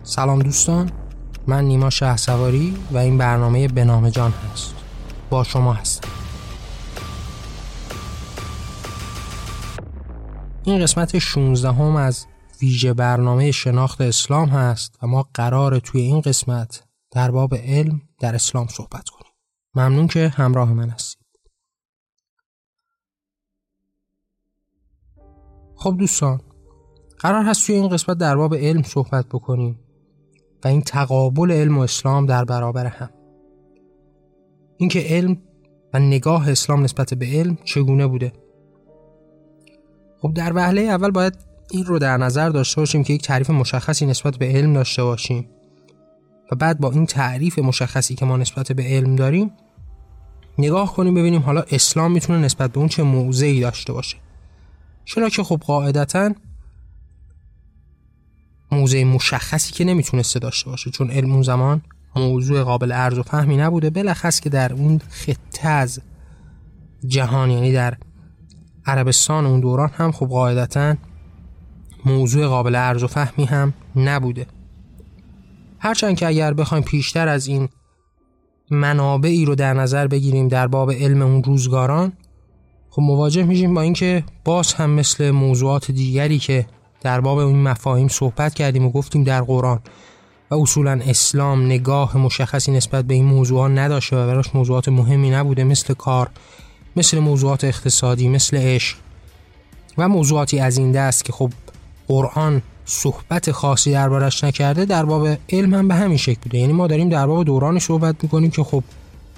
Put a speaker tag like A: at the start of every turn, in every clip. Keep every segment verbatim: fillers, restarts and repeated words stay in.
A: سلام دوستان، من نیما شهسواری و این برنامه به نام جان هست. با شما هستم. این قسمت شانزده هم از ویژه برنامه شناخت اسلام هست و ما قراره توی این قسمت در باب علم در اسلام صحبت کنیم. ممنون که همراه من هستید. خب دوستان، قرار هست توی این قسمت در باب علم صحبت بکنیم و این تقابل علم و اسلام در برابر هم. اینکه علم و نگاه اسلام نسبت به علم چگونه بوده. خب در وهله اول باید این رو در نظر داشته باشیم که یک تعریف مشخصی نسبت به علم داشته باشیم و بعد با این تعریف مشخصی که ما نسبت به علم داریم نگاه کنیم ببینیم حالا اسلام میتونه نسبت به اون چه موضعی داشته باشه. چرا که خب قاعدتاً موضع مشخصی که نمیتونسته داشته باشه، چون علم اون زمان موضوع قابل عرض و فهمی نبوده، بلخص که در اون خطه از جهان یعنی در عربستان اون دوران هم خب قاعدتاً موضوع قابل عرض و فهمی هم نبوده. هرچند که اگر بخوایم پیشتر از این منابعی رو در نظر بگیریم در باب علم اون روزگاران، خب مواجه میشیم با اینکه باز هم مثل موضوعات دیگری که در باب این مفاهیم صحبت کردیم و گفتیم در قرآن و اصولا اسلام نگاه مشخصی نسبت به این موضوعات نداشته و براش موضوعات مهمی نبوده، مثل کار، مثل موضوعات اقتصادی، مثل عشق و موضوعاتی از این دست که خب قرآن صحبت خاصی دربارش نکرده. در باب علم هم به همین شکل بوده. یعنی ما داریم در باب دورانی صحبت میکنیم که خب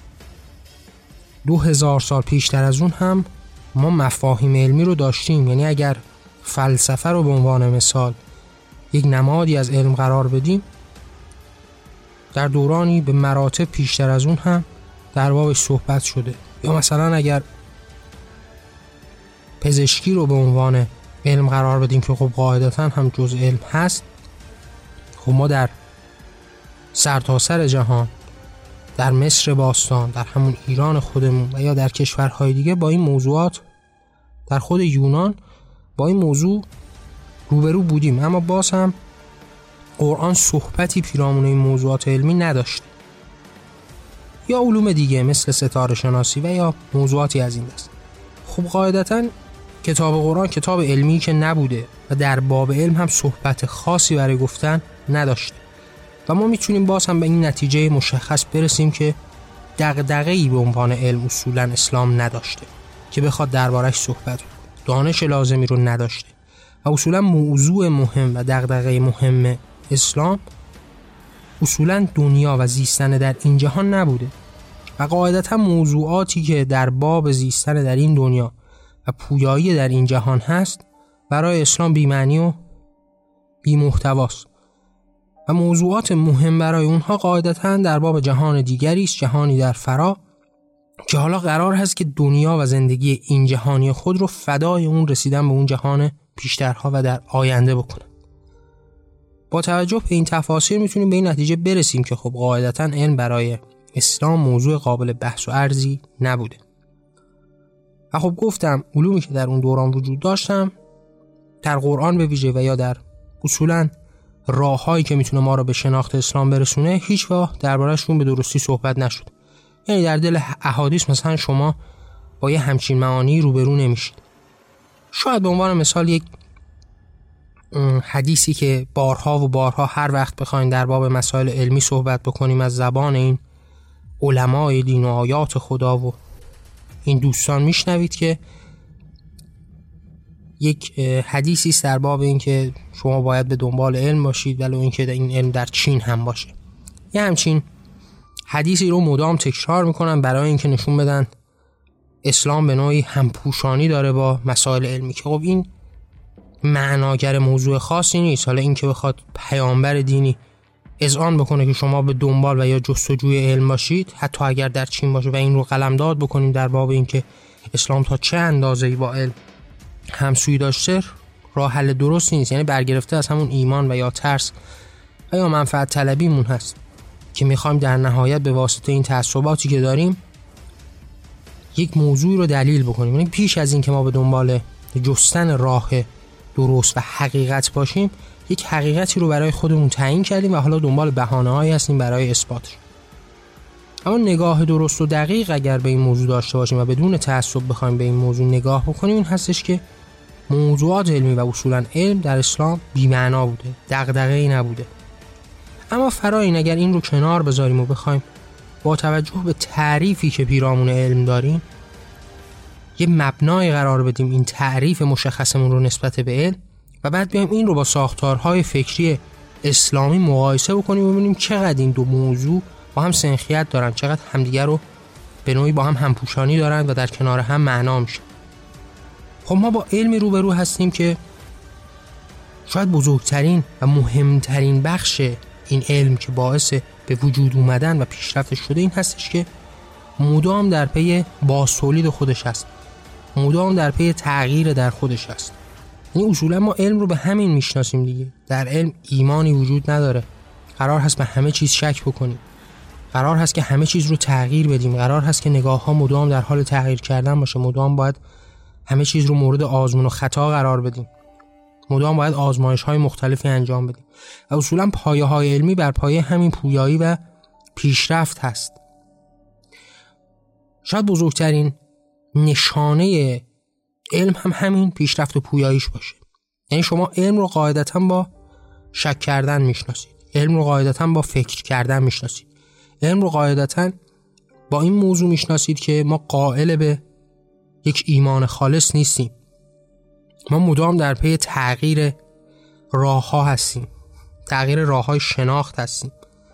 A: دو هزار سال پیشتر از اون هم ما مفاهیم علمی رو داشتیم. یعنی اگر فلسفه رو به عنوان مثال یک نمادی از علم قرار بدیم، در دورانی به مراتب پیشتر از اون هم در بابش صحبت شده. یا مثلا اگر پزشکی رو به عنوان علم قرار بدیم که خب قاعدتاً هم جزء علم هست، خب ما در سرتاسر جهان، در مصر باستان، در همون ایران خودمون و یا در کشورهای دیگه با این موضوعات، در خود یونان با این موضوع روبرو بودیم، اما باز هم قرآن صحبتی پیرامون این موضوعات علمی نداشت. یا علوم دیگه مثل ستاره شناسی و یا موضوعاتی از این دست. خب قاعدتاً کتاب قرآن کتاب علمی که نبوده و در باب علم هم صحبت خاصی برای گفتن نداشته و ما میتونیم باز هم به این نتیجه مشخص برسیم که دغدغه‌ای به عنوان علم اصولاً اسلام نداشته که بخواد دربارش صحبت کنه، دانش لازمی رو نداشته و اصولاً موضوع مهم و دغدغه مهم اسلام اصولاً دنیا و زیستن در این جهان نبوده و قاعدتاً موضوعاتی که در باب زیستن در این دنیا و پویایی در این جهان هست برای اسلام بی معنی و بی محتواست و موضوعات مهم برای اونها قاعدتاً در باب جهان دیگری است، جهانی در فرا، که حالا قرار هست که دنیا و زندگی این جهانی خود رو فدای اون رسیدن به اون جهان پیشترها و در آینده بکنن. با توجه به این تفاصیل میتونیم به این نتیجه برسیم که خب قاعدتاً علم برای اسلام موضوع قابل بحث و ارزی نبوده. و خب گفتم علومی که در اون دوران وجود داشتم در قرآن به ویژه و یا در اصولاً راههایی که میتونه ما رو به شناخت اسلام برسونه هیچ وقت درباره‌شون به درستی صحبت نشد. یعنی در دل احادیث مثلا شما با یه همچین معانی روبرو نمیشید. شاید به عنوان مثال یک حدیثی که بارها و بارها هر وقت بخواین در باب مسائل علمی صحبت بکنیم از زبان این علمای دین و آیات خدا و این دوستان میشنوید که یک حدیثی است در باب این که شما باید به دنبال علم باشید ولو این که این علم در چین هم باشه. یه همچین حدیثی رو مدام تکرار میکنن برای اینکه نشون بدن اسلام به نوعی همپوشانی داره با مسائل علمی، که خب این معناگر موضوع خاصی نیست. حالا این که بخواد پیامبر دینی اذعان بکنه که شما به دنبال و یا جستجوی علم باشید حتی اگر در چین باشه و این رو قلمداد بکنیم در باب این که اسلام تا چه اندازه‌ای با علم همسویی داشته، راه حل درستی نیست. یعنی برگرفته از همون ایمان و یا ترس و یا منفعت طلبیمون هست که میخوایم در نهایت به واسطه این تعصباتی که داریم یک موضوع رو دلیل بکنیم. یعنی پیش از این که ما به دنبال جستن راه درست و حقیقت باشیم یک حقیقتی رو برای خودمون تعیین کردیم و حالا دنبال بهانه‌هایی هستیم برای اثباتش. اما نگاه درست و دقیق اگر به این موضوع داشته باشیم و بدون تعصب بخوایم به این موضوع نگاه بکنیم، این هستش که موضوعات علمی و اصولا علم در اسلام بی‌معنا بوده، دغدغه‌ای نبوده. اما فرای این اگر این رو کنار بذاریم و بخوایم با توجه به تعریفی که پیرامون علم داریم یه مبنای قرار بدیم این تعریف مشخصمون رو نسبت به علم و بعد بیایم این رو با ساختارهای فکری اسلامی مقایسه بکنیم و ببینیم چقدر این دو موضوع با هم سنخیت دارن، چقدر همدیگر رو به نوعی با هم همپوشانی دارن و در کنار هم معنا میشن. خب ما با علمی روبرو هستیم که شاید بزرگترین و مهمترین بخش این علم که باعث به وجود اومدن و پیشرفت شده این هستش که مدام در پی بازتولید خودش هست، مدام در پی تغییر در خودش هست. این اصولا ما علم رو به همین میشناسیم دیگه. در علم ایمانی وجود نداره، قرار هست به همه چیز شک بکنیم، قرار هست که همه چیز رو تغییر بدیم، قرار هست که نگاه ها مدام در حال تغییر کردن باشه، مدام باید همه چیز رو مورد آزمون و خطا قرار بدیم، مدام باید آزمایش های مختلفی انجام بدیم. و اصولا پایه های علمی بر پایه همین پویایی و پیشرفت هست. شاید بزرگترین نشانه علم هم همین پیشرفت و پویاییش باشه. یعنی شما علم رو قاعدتاً با شک کردن میشناسید، علم رو قاعدتاً با فکر کردن میشناسید، علم رو قاعدتاً با این موضوع میشناسید که ما قائل به یک ایمان خالص نیستیم، ما مدام در پی تغییر راه ها هستیم، تغییر راه های شناخت هستیم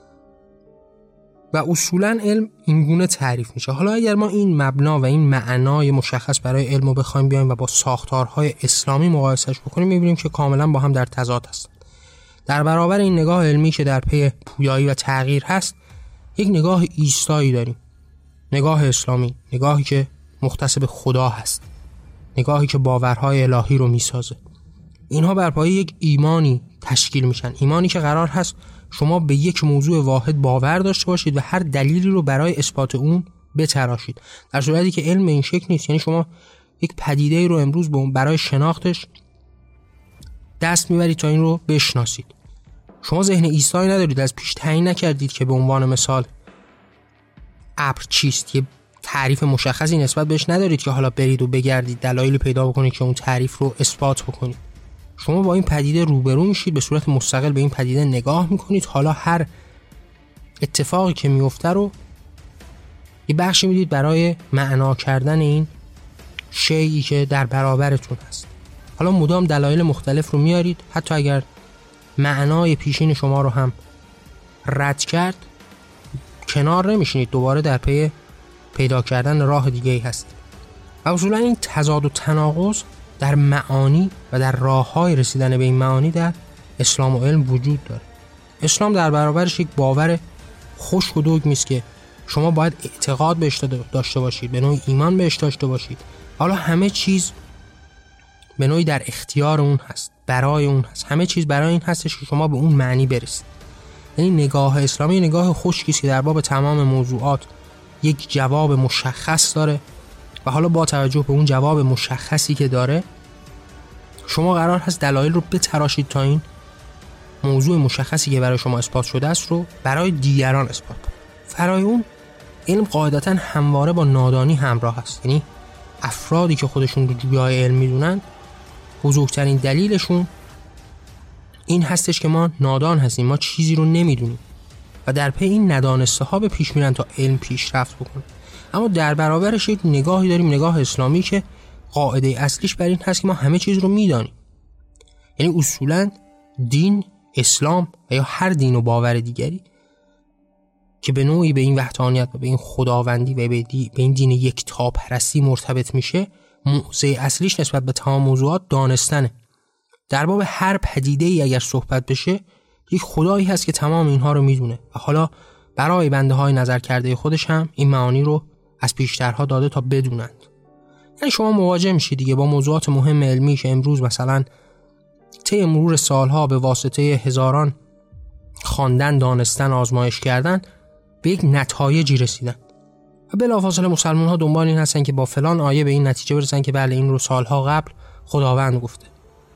A: و اصولا علم اینگونه تعریف میشه. حالا اگر ما این مبنا و این معنای مشخص برای علم رو بخوایم بیایم و با ساختارهای اسلامی مقایسهش بکنیم، میبینیم که کاملا با هم در تضاد هستند. در برابر این نگاه علمی که در پی پویایی و تغییر هست، یک نگاه ایستایی داریم، نگاه اسلامی، نگاهی که مختص به خدا هست، نگاهی که باورهای الهی رو میسازه. اینها بر پایه یک ایمانی تشکیل میشن، ایمانی که قرار هست شما به یک موضوع واحد باور داشته باشید و هر دلیلی رو برای اثبات اون بتراشید، در صورتی که علم این شکل نیست. یعنی شما یک پدیده رو امروز برای شناختش دست میبرید تا این رو بشناسید. شما ذهن ایستایی ندارید، از پیش تعیین نکردید که به عنوان مثال ابر چیست، یه تعریف مشخصی نسبت بهش ندارید که حالا برید و بگردید دلایلی پیدا بکنید که اون تعریف رو اثبات بکنید. شما با این پدیده روبرو میشید، به صورت مستقل به این پدیده نگاه میکنید، حالا هر اتفاقی که میفته رو یه بخشی میدید برای معنا کردن این شیئی که در برابرتون هست. حالا مدام دلایل مختلف رو میارید، حتی اگر معنای پیشین شما رو هم رد کرد کنار نمیشینید، دوباره در پی پیدا کردن راه دیگه‌ای هست. و اصولا این تضاد و تناقض در معانی و در راه‌های رسیدن به این معانی در اسلام و علم وجود داره. اسلام در برابرش یک باور خشک و دگمی است که شما باید اعتقاد بهش داشته باشید، به نوعی ایمان بهش داشته باشید. حالا همه چیز به نوعی در اختیار اون هست، برای اون هست، همه چیز برای این هستش که شما به اون معنی برسید. یعنی نگاه اسلامی نگاه خشکی است که در باب تمام موضوعات یک جواب مشخص داره و حالا با توجه به اون جواب مشخصی که داره شما قرار هست دلایل رو بتراشید تا این موضوع مشخصی که برای شما اثبات شده است رو برای دیگران اثبات کنید. فرای اون علم قاعدتاً همواره با نادانی همراه است. یعنی افرادی که خودشون رو جویای علم میدونن بزرگترین دلیلشون این هستش که ما نادان هستیم، ما چیزی رو نمیدونیم و در پی این ندانسته ها به پیش میرن تا علم پیشرفت بکنه. اما در برابرش یک نگاهی داریم، نگاه اسلامی، که قاعده اصلیش بر این هست که ما همه چیز رو میدانیم. یعنی اصولاً دین، اسلام و یا هر دین و باور دیگری که به نوعی به این وحدانیت و به این خداوندی و به, دی به این دین یکتاپرستی مرتبط میشه، موضع اصلیش نسبت به تمام موضوعات دانستنه. در باب هر پدیده‌ای اگر صحبت بشه یک خدایی هست که تمام اینها رو میدونه و حالا برای بنده های نظر کرده خودش هم این معانی رو از پیشترها داده تا بدونند. یعنی شما مواجه میشید دیگه با موضوعات مهم علمی که امروز مثلا طی مرور سالها به واسطه هزاران خواندن، دانستن، آزمایش کردن به یک نتایجی رسیدن و بلافاصله مسلمان ها دنبال این هستن که با فلان آیه به این نتیجه برسن که بله این رو سالها قبل خداوند گفته.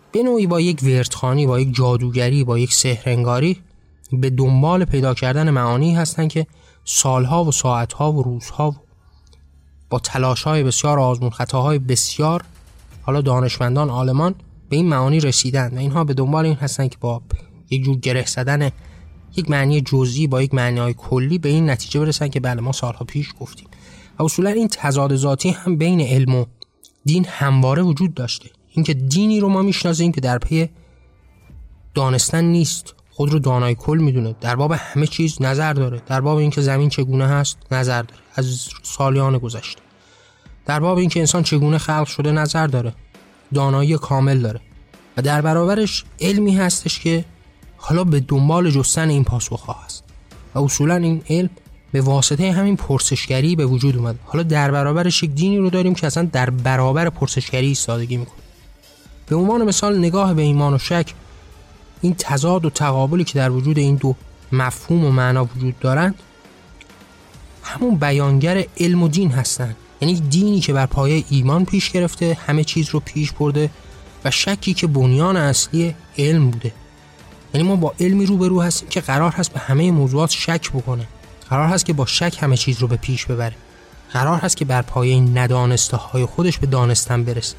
A: به نوعی با یک وردخوانی، با یک جادوگری، با یک سحرنگاری به دنبال پیدا کردن معانی هستن که سالها و ساعتها و روزها و با تلاش‌های بسیار و آزمون خطاهای بسیار حالا دانشمندان عالمان به این معانی رسیدن و اینها به دنبال این هستن که با یک جور گره زدن یک معنی جزئی با یک معنی کلی به این نتیجه برسن که بله ما سالها پیش گفتیم. و اصولا این تضاد ذاتی هم بین علم و دین همواره وجود داشته. اینکه دینی رو ما میشناسیم که در پی دانستن نیست، خود رو دانای کل میدونه، در باب همه چیز نظر داره، در باب اینکه زمین چگونه هست نظر داره از سالیان گذشته، در باب اینکه انسان چگونه خلق شده نظر داره، دانایی کامل داره و در برابرش علمی هستش که حالا به دنبال جستن این پاسخ‌ها هست و اصولا این علم به واسطه همین پرسشگری به وجود اومده. حالا در برابرش یک دینی رو داریم که اصلا در برابر پرسشگری ایستادگی میکنه. به عنوان مثال نگاه به ایمان و شک، این تضاد و تقابلی که در وجود این دو مفهوم و معنا وجود دارند همون بیانگر علم و دین هستن. یعنی دینی که بر پایه ایمان پیش گرفته، همه چیز رو پیش برده و شکی که بنیان اصلی علم بوده. یعنی ما با علمی روبرو هستیم که قرار هست به همه موضوعات شک بکنه، قرار هست که با شک همه چیز رو به پیش ببره، قرار هست که بر پایه این ندانسته های خودش به دانستن برسه.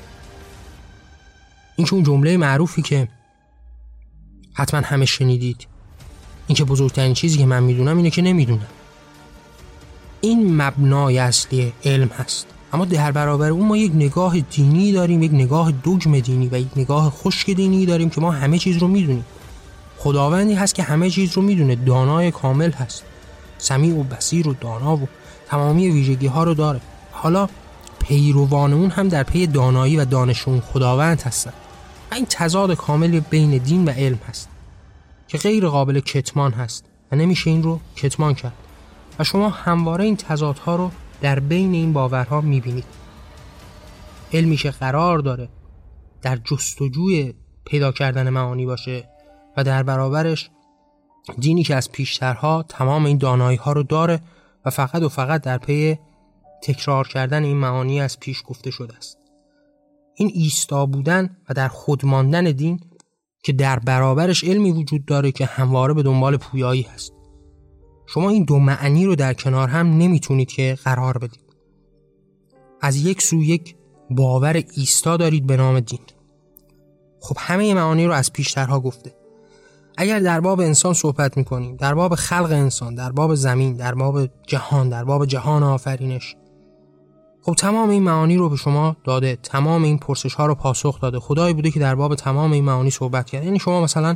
A: این که اون جمله معروفی که حتما همه شنیدید، این که بزرگترین چیزی که من میدونم اینه که نمیدونم، این مبنای اصلی علم هست. اما در برابر اون ما یک نگاه دینی داریم، یک نگاه دوگم دینی و یک نگاه خشک دینی داریم که ما همه چیز رو میدونیم. خداوندی هست که همه چیز رو میدونه، دانای کامل هست، سمیع و بصیر و دانا و تمامی ویژگی ها رو داره. حالا پیروان اون هم در پی دانایی و دانش اون خداوند هستن. این تضاد کاملی بین دین و علم هست که غیر قابل کتمان هست و نمیشه این رو کتمان کرد و شما همواره این تضادها رو در بین این باورها میبینید. علمی که قرار داره در جستجوی پیدا کردن معانی باشه و در برابرش دینی که از پیشترها تمام این دانایی ها رو داره و فقط و فقط در پی تکرار کردن این معانی از پیش گفته شده است. این ایستا بودن و در خود ماندن دین که در برابرش علمی وجود داره که همواره به دنبال پویایی هست. شما این دو معنی رو در کنار هم نمیتونید که قرار بدید. از یک سو یک باور ایستا دارید به نام دین. خب همه معانی رو از پیشترها گفته. اگر در باب انسان صحبت میکنیم، در باب خلق انسان، در باب زمین، در باب جهان، در باب جهان آفرینش، خب تمام این معانی رو به شما داده، تمام این پرسش ها رو پاسخ داده. خدایی بوده که در باب تمام این معانی صحبت کرده. یعنی شما مثلا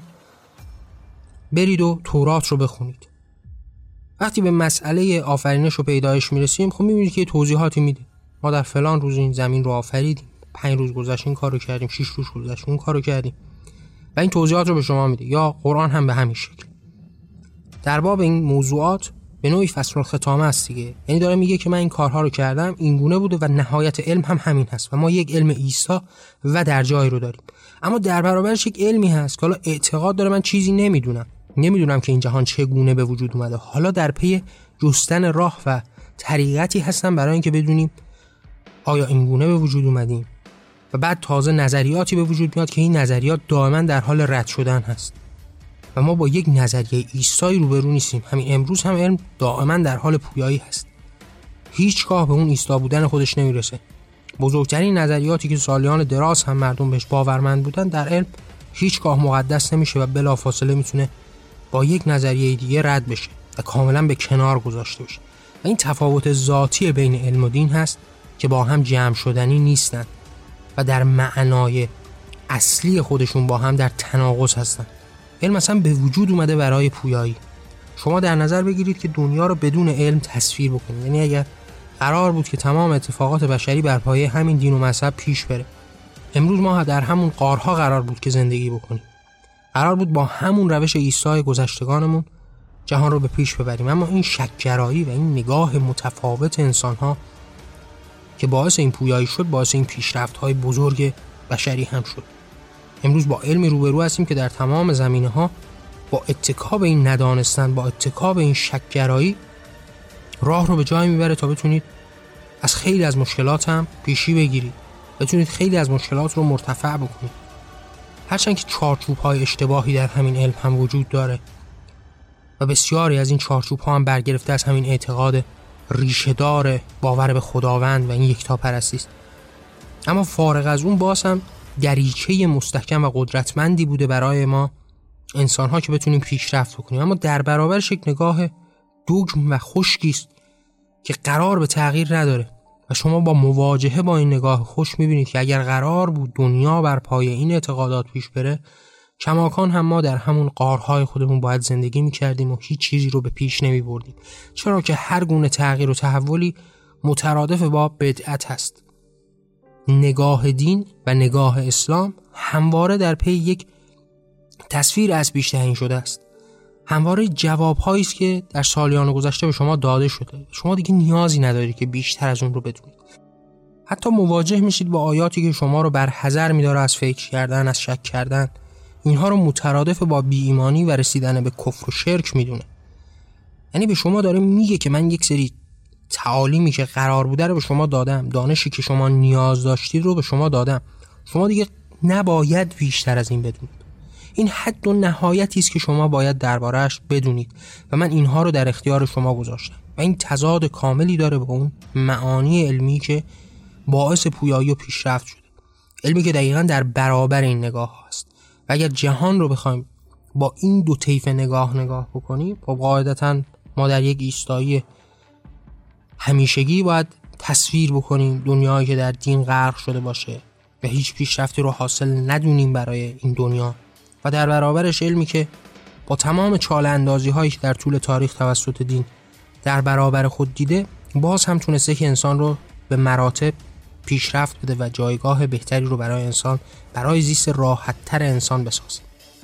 A: برید و تورات رو بخونید، وقتی به مسئله آفرینش و پیدایش میرسیم خب میبینید که توضیحاتی میده. ما در فلان روز این زمین رو آفریدیم، پنج روز گذشت این کارو کردیم، شش روز گذشت اون کارو کردیم و این توضیحات رو به شما میده. یا قرآن هم به همین شکل در باب این موضوعات به نوعی فصل الختامه است دیگه. یعنی داره میگه که من این کارها رو کردم، این گونه بوده و نهایت علم هم همین هست و ما یک علم ایستا و در جایی رو داریم. اما در برابرش یک علمی هست که حالا اعتقاد داره من چیزی نمیدونم، نمیدونم که این جهان چگونه به وجود اومده. حالا در پی جستن راه و طریقتی هستن برای اینکه بدونیم آیا این گونه به وجود اومدیم و بعد تازه نظریاتی به وجود میاد که این نظریات دائما در حال رد شدن هست و ما با یک نظریه ایستایی روبرو نیستیم. همین امروز هم علم دائما در حال پویایی هست، هیچگاه به اون ایستا بودن خودش نمیرسه. بزرگترین نظریاتی که سالیان دراز هم مردم بهش باورمند بودن در علم هیچگاه مقدس نمیشه و بلافاصله میتونه با یک نظریه دیگه رد بشه و کاملا به کنار گذاشته بشه. و این تفاوت ذاتی بین علم و دین هست که با هم جمع شدنی نیستن و در معنای اصلی خودشون با هم در تناقض هستن. علم مثلا به وجود اومده برای پویایی. شما در نظر بگیرید که دنیا رو بدون علم تصویر بکنید. یعنی اگر قرار بود که تمام اتفاقات بشری بر پایه همین دین و مذهب پیش بره، امروز ما در همون قارها قرار بود که زندگی بکنیم، قرار بود با همون روش ایستای گذشتگانمون جهان رو به پیش ببریم. اما این شک‌گرایی و این نگاه متفاوت انسان‌ها که باعث این پویایی شد، باعث این پیشرفت‌های بزرگ بشری هم شد. امروز با علمی روبرو هستیم که در تمام زمینه‌ها با اتکا به این ندانستن، با اتکا به این شک‌گرایی راه رو به جای میبره تا بتونید از خیلی از مشکلات هم پیشی بگیرید، بتونید خیلی از مشکلات رو مرتفع بکنید. هرچند که چارچوب‌های اشتباهی در همین علم هم وجود داره و بسیاری از این چارچوب‌ها هم برگرفته از همین اعتقاد ریشه‌دار باور به خداوند و این یکتاپرستی است، اما فارغ از اون باز هم دریچه مستحکم و قدرتمندی بوده برای ما انسان‌ها که بتونیم پیشرفت بکنیم. اما در برابرش یک نگاه دوگم و خشکی است که قرار به تغییر نداره و شما با مواجهه با این نگاه خوش می‌بینید که اگر قرار بود دنیا بر پایه این اعتقادات پیش بره، کماکان هم ما در همون غارهای خودمون باید زندگی می‌کردیم و هیچ چیزی رو به پیش نمی‌بردیم، چرا که هر گونه تغییر و تحولی مترادف با بدعت هست. نگاه دین و نگاه اسلام همواره در پی یک تصویر از پیش تعیین شده است، همواره جواب‌هایی است که در سالیان گذشته به شما داده شده. شما دیگه نیازی ندارید که بیشتر از اون رو بدونید. حتی مواجه میشید با آیاتی که شما رو بر حذر می‌داره از فکر کردن، از شک کردن. اینها رو مترادف با بی ایمانی و رسیدن به کفر و شرک میدونه. یعنی به شما داره میگه که من یک سری تعالیمی که قرار بوده رو به شما دادم، دانشی که شما نیاز داشتید رو به شما دادم، شما دیگه نباید بیشتر از این بدونید. این حد و نهایتی است که شما باید درباره‌اش بدونید و من اینها رو در اختیار شما گذاشتم و این تضاد کاملی داره با اون معانی علمی که باعث پویایی و پیشرفت شده، علمی که دقیقاً در برابر این نگاه هست. و اگر جهان رو بخوایم با این دو طیف نگاه نگاه بکنیم، خب قاعدتاً ما در یک ایستایی همیشگی باید تصویر بکنیم دنیایی که در دین غرق شده باشه و هیچ پیشرفتی رو حاصل ندونیم برای این دنیا، و در برابرش علمی که با تمام چاله اندازی هایی که در طول تاریخ توسط دین در برابر خود دیده، باز هم تونسته که انسان رو به مراتب پیشرفت بده و جایگاه بهتری رو برای انسان، برای زیست راحت تر انسان بسازه.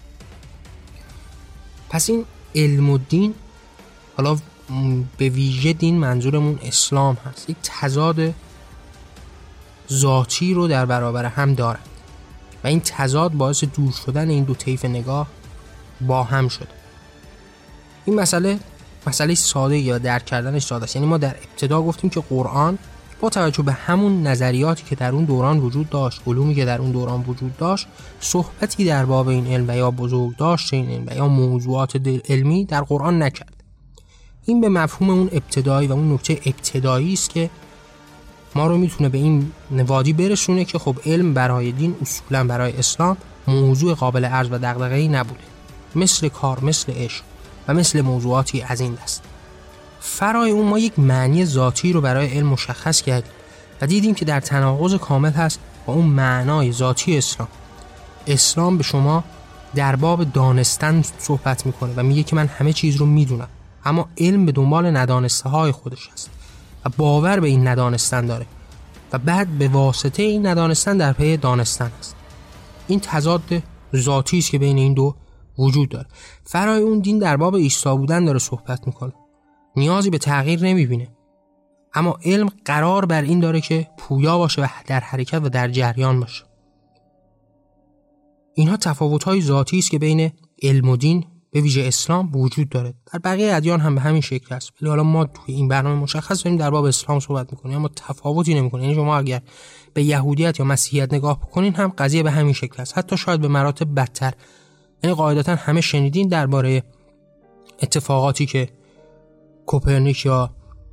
A: پس این علم و دین، حالا به ویژه دین منظورمون اسلام هست، یک تضاد ذاتی رو در برابر هم دارد و این تضاد باعث دور شدن این دو طیف نگاه با هم شده. این مسئله مسئله ساده یا درک کردنش ساده است. یعنی ما در ابتدا گفتیم که قرآن با توجه به همون نظریاتی که در اون دوران وجود داشت، علومی که در اون دوران وجود داشت، صحبتی در باب این علم و یا بزرگ داشت این علم و یا موضوعات علمی در قرآن نکرد. این به مفهوم اون ابتدایی و اون نکته ابتدایی است که ما رو میتونه به این وادی برسونه که خب علم برای دین اصولا برای اسلام موضوع قابل عرض و دغدغه‌ای نبوده، مثل کار، مثل عشق و مثل موضوعاتی از این دست. فرای اون ما یک معنی ذاتی رو برای علم مشخص کردیم و دیدیم که در تناقض کامل هست با اون معنای ذاتی اسلام. اسلام به شما در باب دانستن صحبت میکنه و میگه که من همه چیز رو میدونم، اما علم به دنبال ندانسته های خودش هست و باور به این ندانستن داره و بعد به واسطه این ندانستن در پی دانستن است. این تضاد ذاتی است که بین این دو وجود داره. فرای اون دین در باب ایستا بودن داره صحبت میکنه، نیازی به تغییر نمیبینه، اما علم قرار بر این داره که پویا باشه و در حرکت و در جریان باشه. اینها تفاوت‌های ذاتی است که بین علم و دین به ویژه اسلام وجود داره. در بقیه ادیان هم به همین شکل است، ولی حالا ما توی این برنامه مشخص داریم در باب اسلام صحبت میکنیم، اما تفاوتی نمیکنه. یعنی شما اگر به یهودیت یا مسیحیت نگاه بکنین هم قضیه به همین شکل است، حتی شاید به مراتب بدتر. یعنی قاعدتا همه شنیدین درباره اتفاقاتی که کوپرنیک یا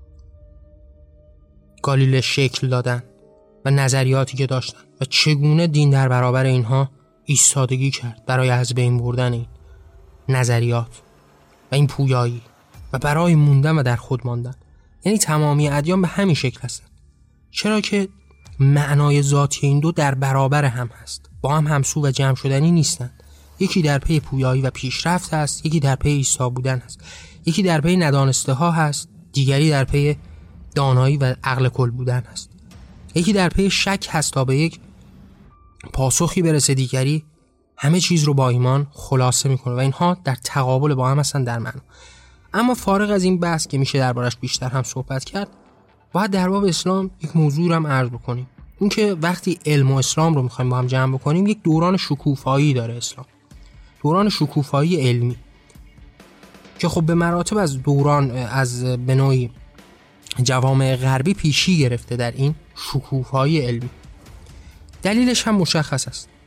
A: گالیله شکل دادن و نظریاتی که داشتن و چگونه دین در برابر اینها ایستادگی کرد برای از بین بردن این نظریات و این پویایی و برای موندن و در خود ماندن. یعنی تمامی ادیان به همین شکل هستند، چرا که معنای ذاتی این دو در برابر هم هست، با هم همسو و جمع شدنی نیستند. یکی در پی پویایی و پیشرفت هست، یکی در پی ایستا بودن هست، یکی در پی ندانسته ها هست، دیگری در پی دانایی و عقل کل بودن هست. یکی در پی شک هست تا به یک پاسخی برسه، دیگری همه چیز رو با ایمان خلاصه میکنه و اینها در تقابل با هم هستن در معنا. اما فارغ از این بحث که میشه دربارش بیشتر هم صحبت کرد، باید در باب اسلام یک موضوع رو هم عرض بکنیم. این که وقتی علم و اسلام رو میخوایم با هم جمع بکنیم، یک دوران شکوفایی داره اسلام، دوران شکوفایی علمی که خب به مراتب از دوران از به نوعی جوامع غربی پیشی گرفته در این شکوفایی علمی. دلیلش هم مشخص است.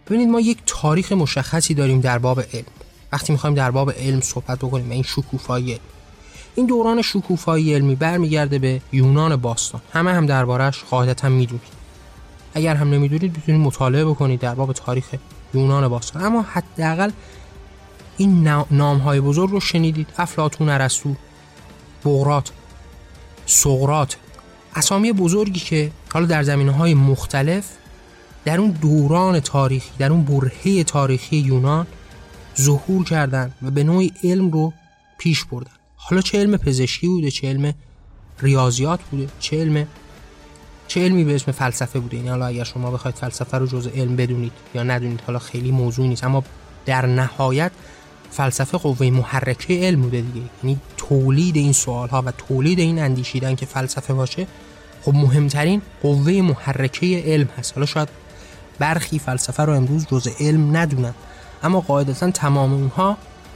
A: ببینید ما یک تاریخ مشخصی داریم در باب علم. وقتی میخوایم در باب علم صحبت بکنیم، این شکوفایی علم، این دوران شکوفایی علمی برمیگرده به یونان باستان. همه هم دربارش قاعدتا میدونید. اگر هم نمیدونید میتونید مطالعه بکنید در باب تاریخ یونان باستان. اما حداقل این نام‌های بزرگ رو شنیدید: افلاطون، ارسطو، بقراط، سقراط، اسامی بزرگی که حالا در زمینه‌های مختلف در اون دوران تاریخی، در اون برهه تاریخی یونان ظهور کردن و به نوعی علم رو پیش بردن. حالا چه علم پزشکی بوده، چه علم ریاضیات بوده، چه علم چه علمی به اسم فلسفه بوده. یعنی حالا اگر شما بخواید فلسفه رو جزء علم بدونید یا ندونید حالا خیلی موضوع نیست، اما در نهایت فلسفه قوه محرکه علم بوده دیگه. یعنی تولید این سوالها و تولید این اندیشیدن که فلسفه باشه، خب مهمترین قوه محرکه علم هست. حالا شاید برخی فلسفه رو امروز جزء علم ندونن، اما قاعدتا تمام اونها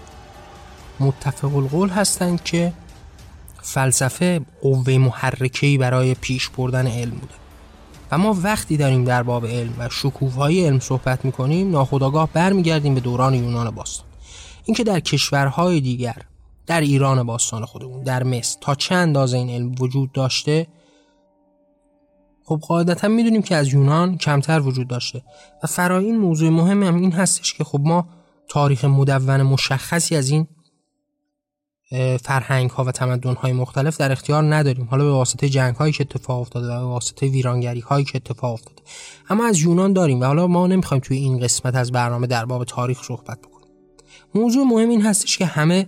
A: متفق القول هستند که فلسفه قوه محرکه‌ای برای پیش بردن علم بوده. و ما وقتی داریم در باب علم و شکوفایی علم صحبت میکنیم، ناخودآگاه برمیگردیم به دوران یونان باستان. اینکه در کشورهای دیگر، در ایران باستان خودمون، در مصر، تا چه اندازه این علم وجود داشته، خب قاعدتا میدونیم که از یونان کمتر وجود داشته. و فرای این موضوع مهم هم این هستش که خب ما تاریخ مدون مشخصی از این فرهنگ ها و تمدن های مختلف در اختیار نداریم، حالا به واسطه جنگ هایی که اتفاق افتاده و به واسطه ویرانگری هایی که اتفاق افتاده. اما از یونان داریم و حالا ما نمیخوایم توی این قسمت از برنامه در باب تاریخ صحبت بکنیم. موضوع مهم این هستش که همه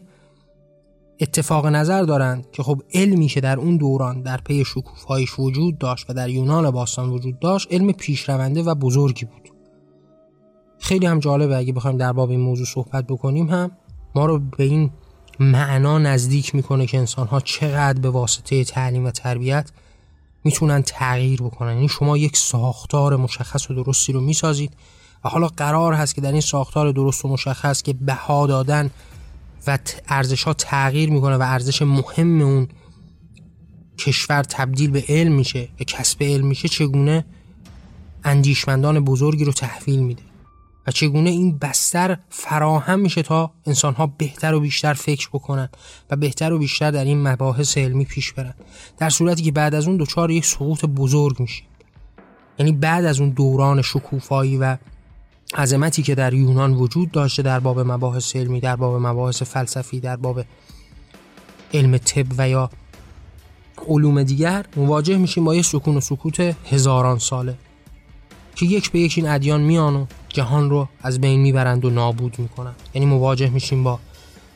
A: اتفاق نظر دارند که خب علمی که در اون دوران در پی شکوفاییش وجود داشت و در یونان باستان وجود داشت، علم پیشرونده و بزرگی بود. خیلی هم جالبه اگه بخوایم در باب این موضوع صحبت بکنیم، هم ما رو به این معنا نزدیک میکنه که انسان‌ها چقدر به واسطه تعلیم و تربیت میتونن تغییر بکنن. یعنی شما یک ساختار مشخص و درستی رو میسازید و حالا قرار هست که در این ساختار درست و مشخص که بها دادن و ارزش‌ها تغییر میکنه و ارزش مهم اون کشور تبدیل به علم میشه، به کسب علم میشه، چگونه اندیشمندان بزرگی رو تحویل میده و چگونه این بستر فراهم میشه تا انسان‌ها بهتر و بیشتر فکر بکنن و بهتر و بیشتر در این مباحث علمی پیش برن، در صورتی که بعد از اون دچار یک سقوط بزرگ میشه. یعنی بعد از اون دوران شکوفایی و عظمتی که در یونان وجود داشته در باب مباحث علمی، در باب مباحث فلسفی، در باب علم طب و یا علوم دیگر، مواجه میشیم با یک سکون و سکوت هزاران ساله که یک به یک این ادیان میان و جهان رو از بین میبرند و نابود میکنن. یعنی مواجه میشیم با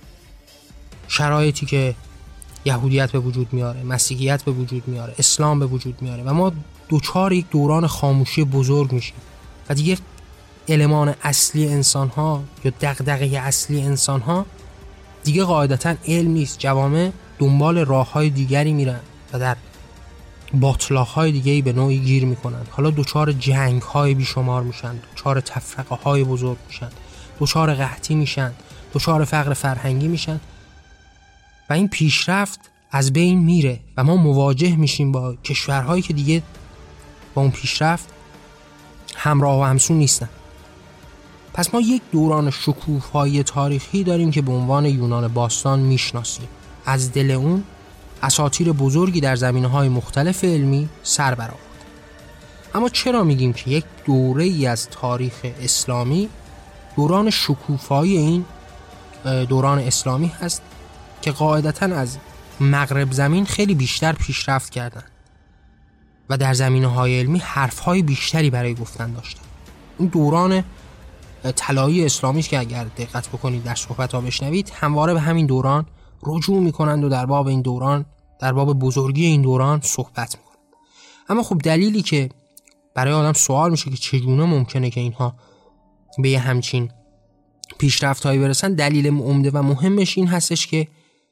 A: شرایطی که یهودیت به وجود میاره، مسیحیت به وجود میاره، اسلام به وجود میاره و ما دوچار یک دوران خاموشی بزرگ میشیم و دیگه المان اصلی انسان ها یا دغدغه اصلی انسان ها دیگه قاعدتا علم نیست. جوامع دنبال راه های دیگری میرن و در باطلاق های دیگه‌ای به نوعی گیر میکنن. حالا دوچار جنگ های بیشمار میشن، دوچار تفرقه های بزرگ میشن، دوچار قحطی میشن، دوچار فقر فرهنگی میشن و این پیشرفت از بین میره و ما مواجه میشیم با کشورهایی که دیگه با اون پیشرفت همراه و همسو نیستن. پس ما یک دوران شکوفایی تاریخی داریم که به عنوان یونان باستان میشناسیم. از دل اون اساطیر بزرگی در زمینه‌های مختلف علمی سر برآورد. اما چرا میگیم که یک دوره‌ای از تاریخ اسلامی دوران شکوفایی این دوران اسلامی هست که قاعدتاً از مغرب زمین خیلی بیشتر پیشرفت کردن و در زمینه‌های علمی حرف‌های بیشتری برای گفتن داشتن؟ این دوران طلایی اسلامی است که اگر دقت بکنید در صحبت‌ها بشنوید همواره به همین دوران رجوع میکنند و در باب این دوران، در باب بزرگی این دوران صحبت میکنند. اما خب دلیلی که برای آدم سوال میشه که چگونه ممکنه که اینها به یه همچین پیشرفت‌هایی برسن، دلیل عمده و مهمش این هستش که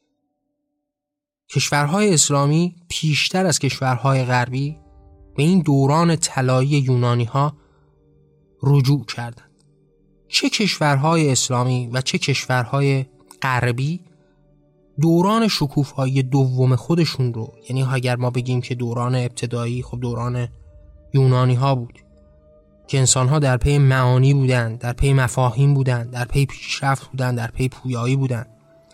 A: کشورهای اسلامی پیشتر از کشورهای غربی به این دوران طلایی یونانی‌ها رجوع کردند. چه کشورهای اسلامی و چه کشورهای غربی دوران شکوفایی دوم خودشون رو، یعنی اگر ما بگیم که دوران ابتدایی خب دوران یونانی ها بود، که انسان‌ها در پی معانی بودند، در پی مفاهیم بودند، در پی پیشرفت بودند، در پی پویایی بودند،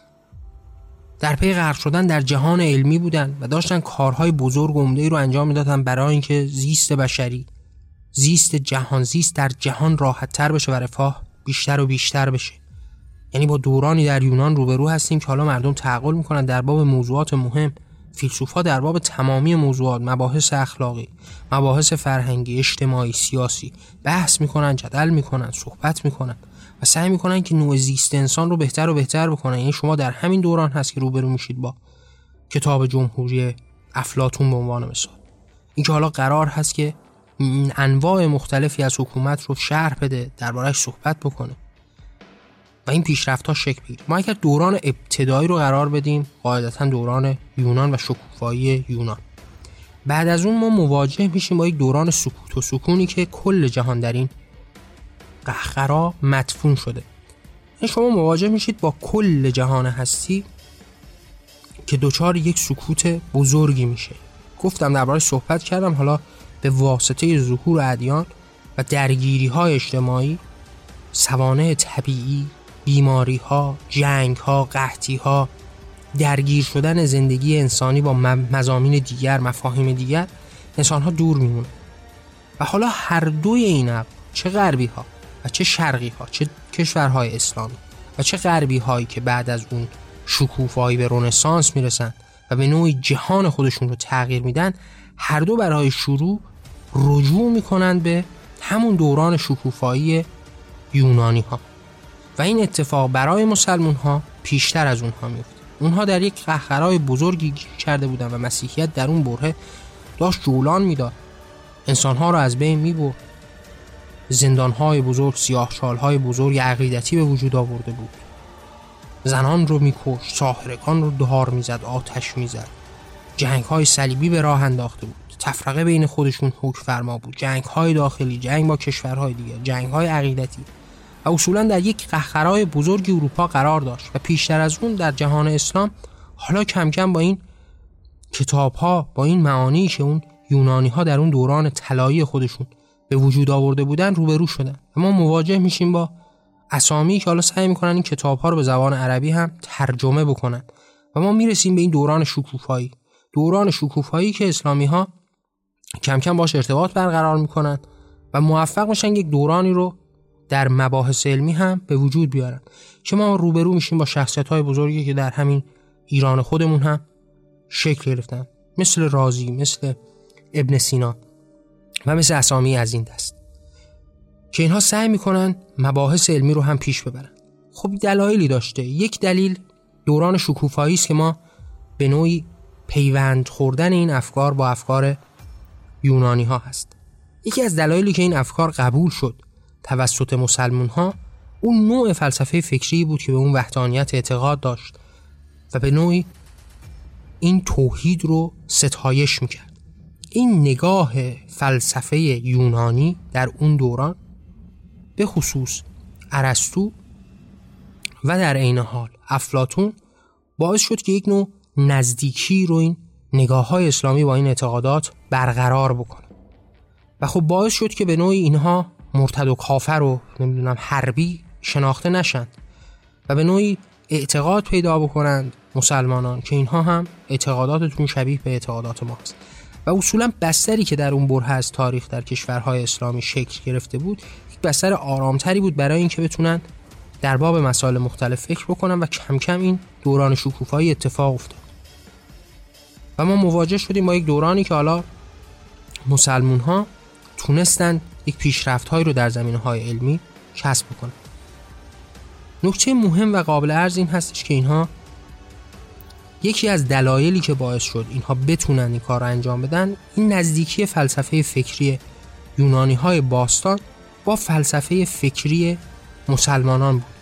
A: در پی غرق شدن در جهان علمی بودند و داشتن کارهای بزرگ و عمده‌ای رو انجام میدادن برای اینکه زیست بشری، زیست جهان، زیست در جهان راحت‌تر بشه و رفاه بیشتر و بیشتر بشه. یعنی با دورانی در یونان روبرو هستیم که حالا مردم تعقل میکنن در باب موضوعات مهم، فیلسوفا در باب تمامی موضوعات، مباحث اخلاقی، مباحث فرهنگی، اجتماعی، سیاسی بحث میکنن، جدل میکنن، صحبت میکنن و سعی میکنن که نوع زیست انسان رو بهتر و بهتر بکنن. یعنی شما در همین دوران هست که روبرو میشید با کتاب جمهوری افلاطون به عنوان مثال. این که حالا قرار هست که انواع مختلفی از حکومت رو شرح بده، درباره‌اش صحبت بکنه و این پیشرفت‌ها شکل بگیره. ما اگر دوران ابتدایی رو قرار بدیم، قاعدتاً دوران یونان و شکوفایی یونان، بعد از اون ما مواجه میشیم با یک دوران سکوت و سکونی که کل جهان در این قهقرا مدفون شده. یعنی شما مواجه میشید با کل جهان هستی که دوچار یک سکوت بزرگی میشه. گفتم درباره‌اش صحبت کردم. حالا به واسطه ظهور ادیان و درگیری‌های اجتماعی، سوانح طبیعی، بیماری‌ها، جنگ‌ها، قحطی‌ها، درگیر شدن زندگی انسانی با مضامین دیگر، مفاهیم دیگر، انسان‌ها دور میمونن. و حالا هر دوی این اقوام، چه غربی‌ها و چه شرقی‌ها، چه کشورهای اسلامی و چه غربی‌هایی که بعد از اون شکوفایی به رنسانس میرسن و به نوعی جهان خودشون رو تغییر میدن، هر دو برای شروع رجوع میکنن به همون دوران شکوفایی یونانی ها و این اتفاق برای مسلمون ها پیشتر از اونها میفته. اونها در یک قهقرای بزرگی گیر کرده بودن و مسیحیت در اون بره داشت جولان میداد، انسانها رو از بین میبرد، زندانهای بزرگ، سیاهچالهای بزرگ عقیدتی به وجود آورده بود، زنان رو میکشت، ساحرگان رو دار میزد، آتش میزد، جنگهای صلیبی به راه انداخته بود، تفرقه بین خودشون حکم فرما بود، جنگهای داخلی، جنگ با کشورهای دیگر، جنگهای عقیدتی و اصولا در یک قهقرای بزرگی اروپا قرار داشت. و پیشتر از اون در جهان اسلام حالا کم کم با این کتابها، با این معانی که اون یونانی ها در اون دوران طلایی خودشون به وجود آورده بودن روبرو شدن و ما مواجه میشیم با اسامی که حالا سعی میکنن این کتابها رو به زبان عربی هم ترجمه بکنن و ما میرسیم به این دوران شکوفایی، دوران شکوفایی که اسلامی ها کم کم باش ارتباط برقرار میکنن و موفق میشن یک دورانی رو در مباحث علمی هم به وجود بیارن که ما روبرو میشیم با شخصیت‌های بزرگی که در همین ایران خودمون هم شکل گرفتن، مثل رازی، مثل ابن سینا و مثل اسامی از این دست که اینها سعی میکنن مباحث علمی رو هم پیش ببرن. خب دلایلی داشته. یک دلیل دوران شکوفایی است که ما به نوعی پیوند خوردن این افکار با افکار یونانی ها هست. یکی از دلایلی که این افکار قبول شد توسط مسلمون ها اون نوع فلسفه فکری بود که به اون وحدانیت اعتقاد داشت و به نوعی این توحید رو ستایش میکرد. این نگاه فلسفه یونانی در اون دوران به خصوص ارسطو و در عین حال افلاطون باعث شد که یک نوع نزدیکی رو این نگاه‌های اسلامی با این اعتقادات برقرار بکنه و خب باعث شد که به نوعی اینها مرتد و کافر و نمیدونم حربی شناخته نشن و به نوعی اعتقاد پیدا بکنند مسلمانان که اینها هم اعتقاداتتون شبیه به اعتقادات ما هست. و اصولا بستری که در اون بره از تاریخ در کشورهای اسلامی شکل گرفته بود یک بستر آرامتری بود برای اینکه بتونن در باب مسائل مختلف فکر بکنن و کم کم این دوران شکوفایی اتفاق افتاد و ما مواجه شدیم با یک دورانی که حالا مسلمون ها تونستن یک پیشرفت هایی رو در زمینه های علمی کسب بکنن. نکته مهم و قابل عرض این هستش که اینها یکی از دلایلی که باعث شد اینها بتونن این کار رو انجام بدن این نزدیکی فلسفه فکری یونانی های باستان با فلسفه فکری مسلمانان بود.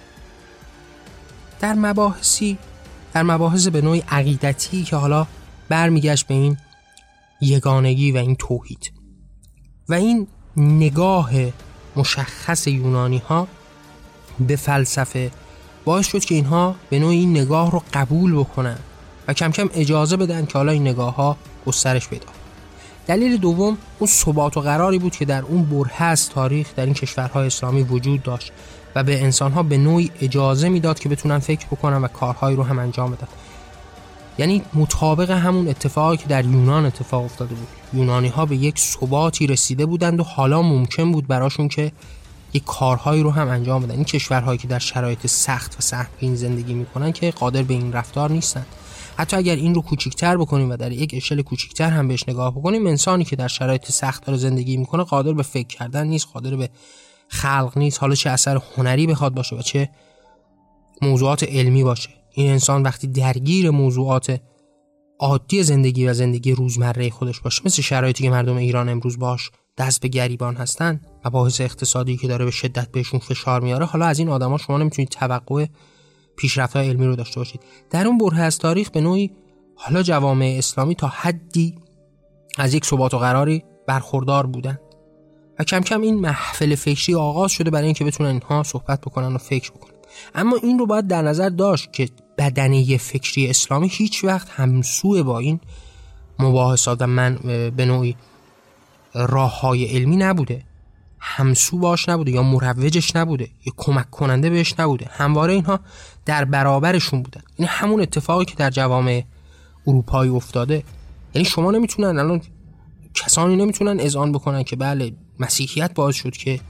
A: در مباحثی در مباحث به نوعی عقیدتی که حالا برمیگشت به این یگانگی و این توحید و این نگاه مشخص یونانی ها به فلسفه باعث شد که اینها به نوعی این نگاه رو قبول بکنن و کم کم اجازه بدن که حالا این نگاه ها گسترش پیدا. دلیل دوم اون ثبات و قراری بود که در اون برهه از تاریخ در این کشورهای اسلامی وجود داشت و به انسانها به نوعی اجازه میداد که بتونن فکر بکنن و کارهایی رو هم انجام بدن. یعنی مطابق همون اتفاقی که در یونان اتفاق افتاده بود. یونانی ها به یک ثباتی رسیده بودند و حالا ممکن بود براشون که یک کارهایی رو هم انجام بدن. این کشورهایی که در شرایط سخت و سهمگین زندگی میکنن که قادر به این رفتار نیستن. حتی اگر این رو کوچیک‌تر بکنیم و در یک اشل کوچیک‌تر هم بهش نگاه بکنیم، انسانی که در شرایط سخت داره زندگی میکنه قادر به فکر کردن نیست، قادر به خلق نیست، حالا چه اثر هنری بخواد باشه و چه موضوعات علمی باشه. این انسان وقتی درگیر موضوعات عادی زندگی و زندگی روزمره خودش باشه، مثل شرایطی که مردم ایران امروز باش دست به گریبان هستن و باعث اقتصادی که داره به شدت بهشون فشار میاره، حالا از این آدما شما نمیتونید توقع پیشرفت‌های علمی رو داشته باشید. در اون برهه از تاریخ به نوعی حالا جوامع اسلامی تا حدی از یک ثبات و قراری برخوردار بودن و کم کم این محفل فکری آغاز شده برای اینکه بتونن اینها صحبت بکنن و فکر بکنن. اما این رو باید در نظر داشت که بدنه فکری اسلامی هیچ وقت همسو با این مباحثات و من به نوعی راه‌های علمی نبوده، همسو باش نبوده یا مروجش نبوده یا کمک کننده بهش نبوده. همواره اینها در برابرشون بودن. این همون اتفاقی که در جوامع اروپایی افتاده. یعنی شما نمیتونن الان کسانی نمیتونن اذعان بکنن که بله مسیحیت باعث شد که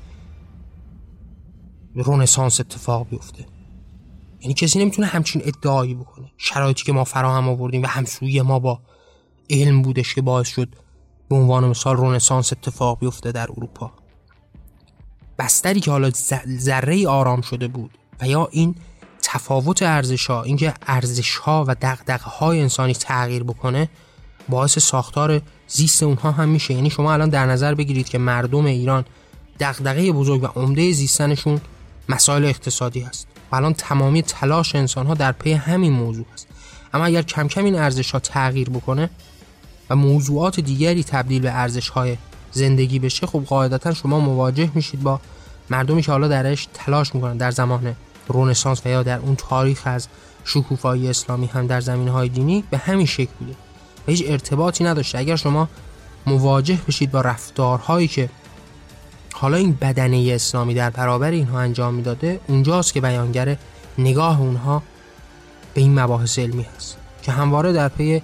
A: رنسانس اتفاق بیفته. یعنی کسی نمیتونه همچین ادعایی بکنه. شرایطی که ما فراهم آوردیم و همسویی ما با علم بودش که باعث شد به عنوان مثال رنسانس اتفاق بیفته در اروپا. بستری که حالا ذره آرام شده بود و یا این تفاوت ارزش‌ها، اینکه ارزش‌ها و دغدغه‌های انسانی تغییر بکنه، باعث ساختار زیست اونها هم میشه. یعنی شما الان در نظر بگیرید که مردم ایران دغدغه بزرگ و عمده زیستنشون مسائل اقتصادی هست و الان تمامی تلاش انسان‌ها در پی همین موضوع است. اما اگر کم کم این ارزش‌ها تغییر بکنه و موضوعات دیگری تبدیل به ارزش‌های زندگی بشه، خب قاعدتاً شما مواجه میشید با مردمی که حالا درش تلاش میکنن در زمان رنسانس و یا در اون تاریخ از شکوفایی اسلامی هم در زمینه‌های دینی به همین شکل بوده و هیچ ارتباطی نداشته. اگر شما مواجه بشید با رفتارهایی که حالا این بدنه اسلامی در برابر اینها انجام میداده، اونجاست که بیانگر نگاه اونها به این مباحث علمی هست که همواره در پی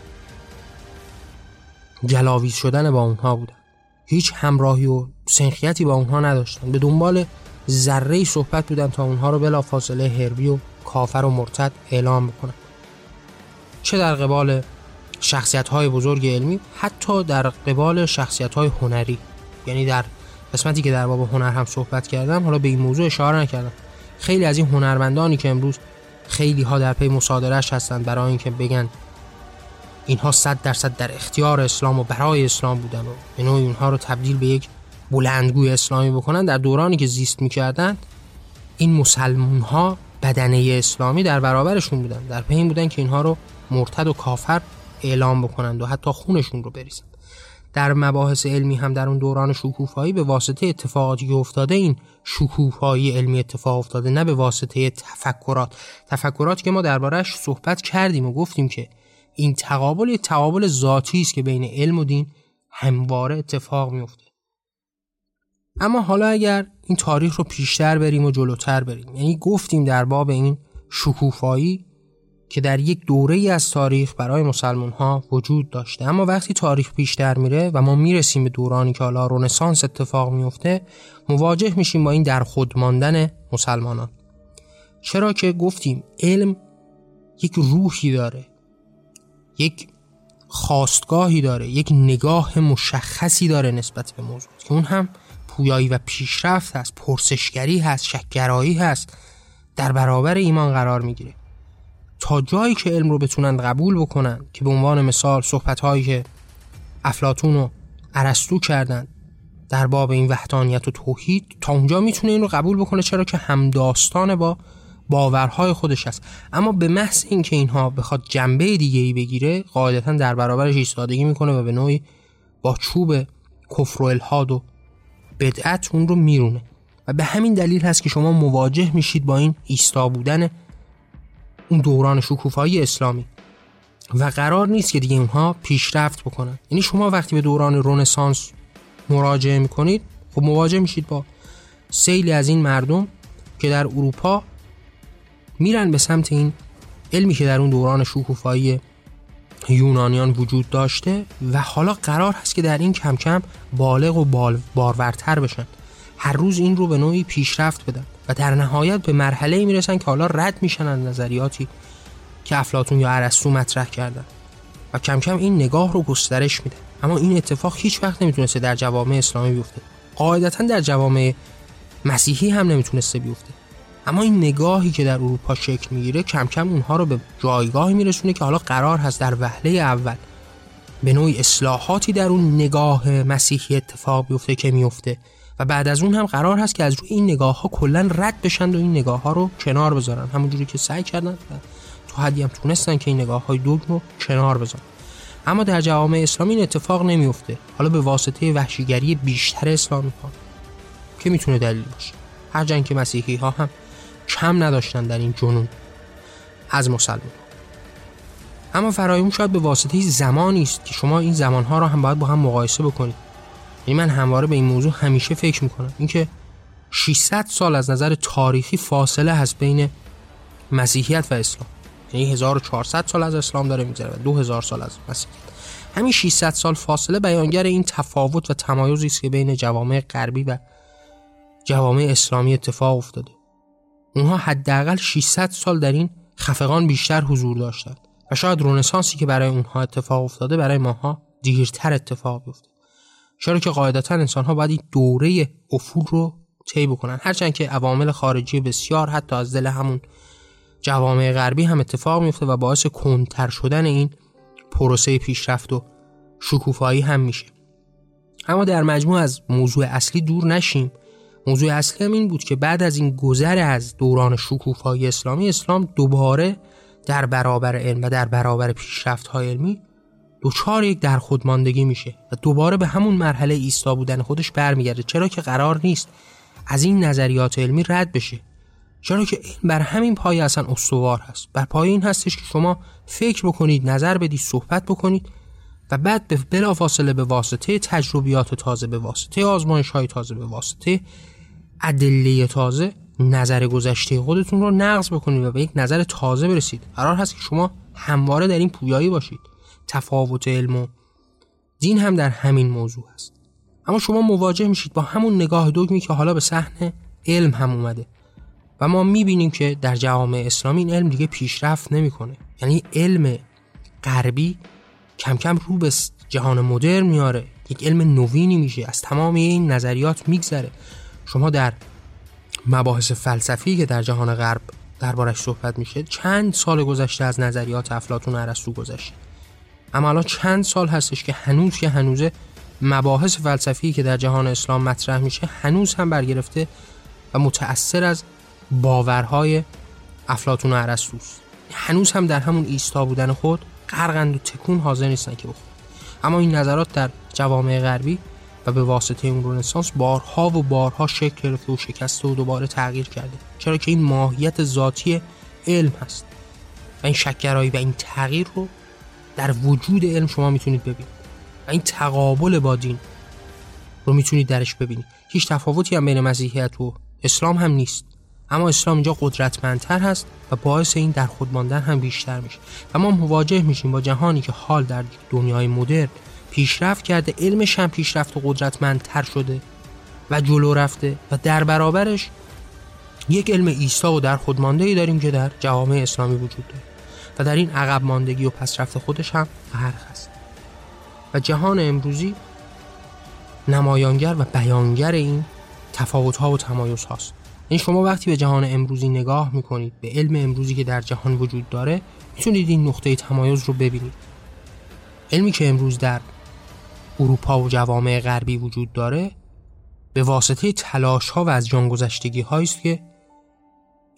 A: جلاویز شدن با اونها بودن. هیچ همراهی و سنخیتی با اونها نداشتن، به دنبال ذره‌ای صحبت بودن تا اونها رو بلافاصله حربی و کافر و مرتد اعلام بکنن، چه در قبال شخصیت‌های بزرگ علمی، حتی در قبال شخصیت‌های هنری. یعنی در قسمتی که در باب هنر هم صحبت کردم حالا به این موضوع اشاره نکردم. خیلی از این هنرمندانی که امروز خیلی ها در پی مصادره‌اش هستن برای اینکه بگن اینها صد درصد در اختیار اسلام و برای اسلام بودن و به نوعی اونها رو تبدیل به یک بلندگوی اسلامی بکنن، در دورانی که زیست می‌کردن این مسلمان ها بدنه اسلامی در برابرشون بودن، در پی این بودن که اینها رو مرتد و کافر اعلام بکنند و حتی خونشون رو بریزن. در مباحث علمی هم در اون دوران شکوفایی به واسطه اتفاقاتی که افتاده این شکوفایی علمی اتفاق افتاده، نه به واسطه تفکرات تفکراتی که ما درباره‌اش صحبت کردیم و گفتیم که این تقابل یک تقابل ذاتی است که بین علم و دین همواره اتفاق میفته. اما حالا اگر این تاریخ رو پیشتر بریم و جلوتر بریم، یعنی گفتیم در باب این شکوفایی که در یک دوره‌ای از تاریخ برای مسلمان ها وجود داشته، اما وقتی تاریخ پیشتر میره و ما میرسیم به دورانی که حالا رنسانس اتفاق میفته، مواجه میشیم با این در خود ماندن مسلمانان. چرا که گفتیم علم یک روحی داره، یک خواستگاهی داره، یک نگاه مشخصی داره نسبت به موضوع که اون هم پویایی و پیشرفت هست، پرسشگری هست، شک‌گرایی هست، در برابر ایمان قرار میگیره. تا جایی که علم رو بتونن قبول بکنن، که به عنوان مثال صحبت‌هایی که افلاطون و ارسطو کردن در باب این وحدانیت و توحید، تا اونجا میتونه این رو قبول بکنه، چرا که همداستان با باورهای خودش هست. اما به محض اینکه اینها بخواد جنبه دیگه‌ای بگیره، قاعدتاً در برابرش ایستادگی میکنه و به نوعی با چوب کفر و الحاد و بدعت اون رو میرونه. و به همین دلیل هست که شما مواجه میشید با این ایستا بودن اون دوران شکوفایی اسلامی. و قرار نیست که دیگه اونها پیشرفت بکنن. یعنی شما وقتی به دوران رنسانس مراجعه میکنید، خب مواجه میشید با سیلی از این مردم که در اروپا میرن به سمت این علمی که در اون دوران شکوفایی یونانیان وجود داشته و حالا قرار هست که در این کم کم بالغ و بال بارورتر بشن، هر روز این رو به نوعی پیشرفت بدن و در نهایت به مرحله میرسن که حالا رد میشن از نظریاتی که افلاطون یا ارسطو مطرح کردن و کم کم این نگاه رو گسترش میده. اما این اتفاق هیچ وقت نمیتونسته در جوامع اسلامی بیفته، قاعدتا در جوامع مسیحی هم نمیتونسته بیفته. اما این نگاهی که در اروپا شکل میگیره کم کم اونها رو به جایگاهی میرسونه که حالا قرار هست در وهله اول به نوعی اصلاحاتی در اون نگاه مسیحی اتفاق بیفته که میفته و بعد از اون هم قرار هست که از روی این نگاه ها کلا رد بشن و این نگاه ها رو کنار بذارن، همونجوری که سعی کردن و تو حدی هم تونستن که این نگاه های دوگ رو کنار بذارن. اما در جوامع اسلامی این اتفاق نمیفته، حالا به واسطه وحشیگری بیشتر اسلامی ها که میتونه دلیل باشه، هرچند که مسیحی ها هم کم نداشتن در این جنون از مسلمان. اما فرایون شاید به واسطه زمانی است که شما این زمانها را هم باید با هم مقایسه بکنید. یعنی من همواره به این موضوع همیشه فکر میکنم، اینکه ششصد سال از نظر تاریخی فاصله هست بین مسیحیت و اسلام، یعنی هزار و چهارصد سال از اسلام داره میگذره و دو هزار سال از مسیحیت. همین ششصد سال فاصله بیانگر این تفاوت و تمایزی است که بین جوامع غربی و جوامع اسلامی اتفاق افتاده. اونها حداقل ششصد سال در این خفقان بیشتر حضور داشتند و شاید رنسانسی که برای اونها اتفاق افتاده برای ماها دیرتر اتفاق بیفته، چرا که قاعدتا انسان‌ها باید این دوره افول رو طی بکنن، هرچند که عوامل خارجی بسیار حتی از دل همون جوامع غربی هم اتفاق میفته و باعث کندتر شدن این پروسه پیشرفت و شکوفایی هم میشه. اما در مجموع از موضوع اصلی دور نشیم. موضوع اصلی هم این بود که بعد از این گذر از دوران شکوفایی اسلامی، اسلام دوباره در برابر علم و در برابر پیشرفت‌های علمی دوچار یک در خودماندگی میشه و دوباره به همون مرحله ایستا بودن خودش برمیگرده، چرا که قرار نیست از این نظریات علمی رد بشه، چرا که علم بر همین پایه اصلا استوار هست. بر پایه این هستش که شما فکر بکنید، نظر بدید، صحبت بکنید و بعد به بلافاصله به واسطه تجربیات تازه، به واسطه آزمایش‌های تازه، به واسطه ادله تازه نظر گذشته خودتون رو نقض بکنید و به یک نظر تازه برسید. قرار هست که شما همواره در این پویایی باشید. تفاوت علم و دین هم در همین موضوع هست. اما شما مواجه میشید با همون نگاه دوگمی که حالا به صحنه علم هم اومده و ما میبینیم که در جوامع اسلامی این علم دیگه پیشرفت نمیکنه. یعنی علم غربی کم کم رو به جهان مدرن میاره، یک علم نوینی میشه، از تمام این نظریات میگذره. شما در مباحث فلسفی که در جهان غرب دربارش صحبت میشه، چند سال گذشته از نظریات افلاطون و ارسطو گذشته، اما الان چند سال هستش که هنوز که هنوزه مباحث فلسفی که در جهان اسلام مطرح میشه هنوز هم برگرفته و متأثر از باورهای افلاطون و ارسطوست. هنوز هم در همون ایستا بودن خود غرقند و تکون حاضر نیستن که بخورن. اما این نظرات در جوامع غربی و به واسطه اون رنسانس بارها و بارها شکل گرفته و شکسته و دوباره تغییر کرده، چرا که این ماهیت ذاتی علم هست و این شک‌گرایی و این تغییر رو در وجود علم شما میتونید ببینید و این تقابل با دین رو میتونید درش ببینید. هیچ تفاوتی هم بین مسیحیت و اسلام هم نیست، اما اسلام اینجا قدرتمندتر هست و باعث این در خود ماندن هم بیشتر میشه و ما مواجه میشیم با جهانی که حال در دنیای مدرن پیشرفت کرده، علمش هم پیشرفت و قدرتمندتر شده و جلو رفته و در برابرش یک علم ایستا و در خود مانده‌ای داریم که در جوامع اسلامی وجود داره و در این عقب ماندگی و پسرفت خودش هم غرق است و جهان امروزی نمایانگر و بیانگر این تفاوت‌ها و تمایز هاست. این شما وقتی به جهان امروزی نگاه میکنید، به علم امروزی که در جهان وجود داره، میتونید این نقطه تمایز رو ببینید. علمی که امروز در اروپا و جوامع غربی وجود داره به واسطه تلاش ها و از جان گذشتگی هایی است که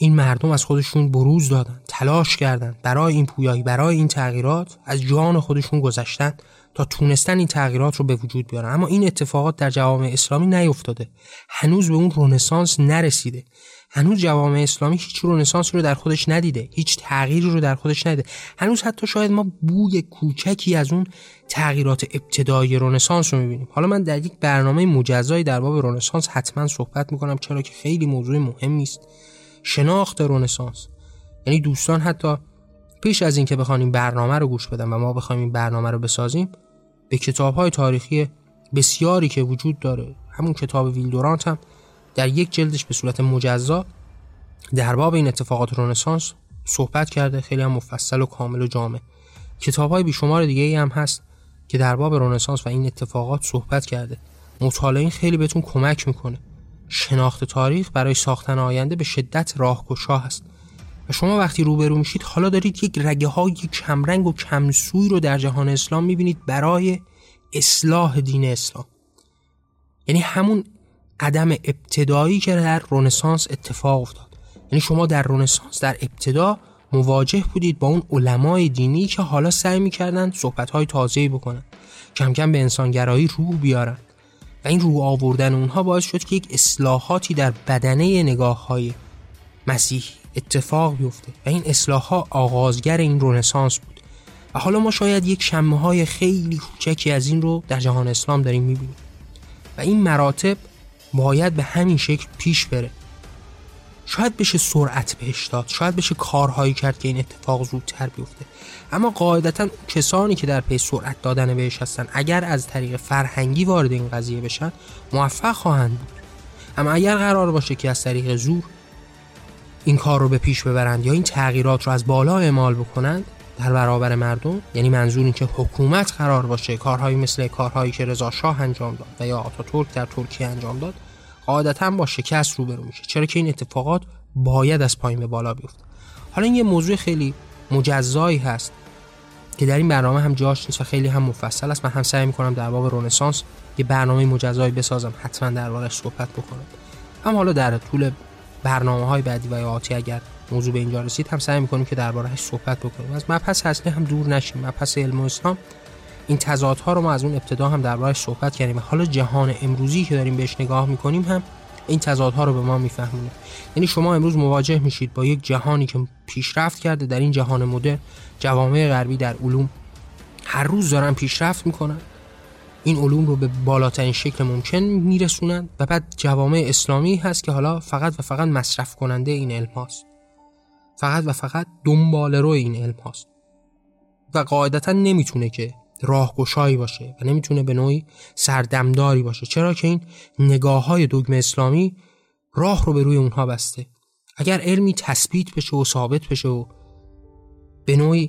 A: این مردم از خودشون بروز دادن، تلاش کردن برای این پویایی، برای این تغییرات، از جان خودشون گذشتن تا تونستن این تغییرات رو به وجود بیارن. اما این اتفاقات در جوامع اسلامی نیفتاده. هنوز به اون رنسانس نرسیده. هنوز جوامع اسلامی هیچ رنسانسی رو در خودش ندیده، هیچ تغییری رو در خودش ندیده. هنوز حتی شاید ما بوی کوچکی از اون تغییرات ابتدایی رنسانس رو می‌بینیم. حالا من در یک برنامه مجزایی در باب رنسانس حتما صحبت می‌کنم، چرا که خیلی موضوع مهمی است. شناخت رنسانس، یعنی دوستان حتی پیش از این که بخوایم این برنامه رو گوش بدن و ما بخوایم این برنامه رو بسازیم، به کتاب‌های تاریخی بسیاری که وجود داره، همون کتاب ویلدورانت هم در یک جلدش به صورت مجزا در باب این اتفاقات رنسانس صحبت کرده، خیلی هم مفصل و کامل و جامع. کتاب‌های بیشمار دیگه‌ای هم هست که در باب رنسانس و این اتفاقات صحبت کرده. مطالعه این خیلی بهتون کمک میکنه. شناخت تاریخ برای ساختن آینده به شدت راهگشا هست. و شما وقتی روبرو میشید حالا دارید یک رگه‌های کمرنگ و کمسوی رو در جهان اسلام میبینید برای اصلاح دین اسلام. یعنی همون قدم ابتدایی که در رنسانس اتفاق افتاد. یعنی شما در رنسانس در ابتدا مواجه بودید با اون علمای دینی که حالا سعی میکردن صحبت‌های تازه‌ای بکنن، کم کم به انسانگرایی روح بیارن و این روح آوردن اونها باعث شد که یک اصلاحاتی در بدنه نگاه‌های مسیحی اتفاق بیفته و این اصلاح‌ها آغازگر این رنسانس بود. و حالا ما شاید یک شمه‌های خیلی کوچکی از این رو در جهان اسلام داریم می‌بینیم و این مراتب باید به همین شکل پیش بره. شاید بشه سرعت بهش داد، شاید بشه کارهایی کرد که این اتفاق زودتر بیفته، اما قاعدتاً کسانی که در پی سرعت دادن بهش هستن اگر از طریق فرهنگی وارد این قضیه بشن موفق خواهند بود. اما اگر قرار باشه که از طریق زور این کار رو به پیش ببرند یا این تغییرات رو از بالا اعمال بکنند در برابر مردم، یعنی منظور این که حکومت قرار باشه کارهایی مثل کارهایی که رضا شاه انجام داد و یا آتاتورک در ترکیه انجام داد، قاعدتاً با شکست روبرو میشه، چرا که این اتفاقات باید از پایین به بالا بیفته. حالا این یه موضوع خیلی مجزایی هست که در این برنامه هم جاش نیست و خیلی هم مفصل است. من هم سعی میکنم در باب رنسانس یه برنامه مجزایی بسازم، حتما دربارش صحبت بکنم. اما حالا در طول برنامه‌های بعدی و آتی اگر موضوع به اینجا رسید هم سعی میکنیم که درباره‌اش صحبت بکنیم. از مبحث اصلی هم دور نشیم، مبحث علم و اسلام. این تضادها رو ما از اون ابتدا هم درباره‌اش صحبت کردیم و حالا جهان امروزی که داریم بهش نگاه میکنیم هم این تضادها رو به ما میفهمونه. یعنی شما امروز مواجه میشید با یک جهانی که پیشرفت کرده. در این جهان مدرن جوامع غربی در علوم هر روز دارن پیشرفت میکنن، این علوم رو به بالاترین شکل ممکن میرسونن و بعد جوامع اسلامی هست که حالا فقط و فقط مصرف کننده این علم هاست، فقط و فقط دنبال رو این علم هاست و قاعدتا نمیتونه که راهگشایی باشه و نمیتونه به نوعی سردمداری باشه، چرا که این نگاه های دوگم اسلامی راه رو به روی اونها بسته. اگر علمی تثبیت بشه و ثابت بشه و به نوعی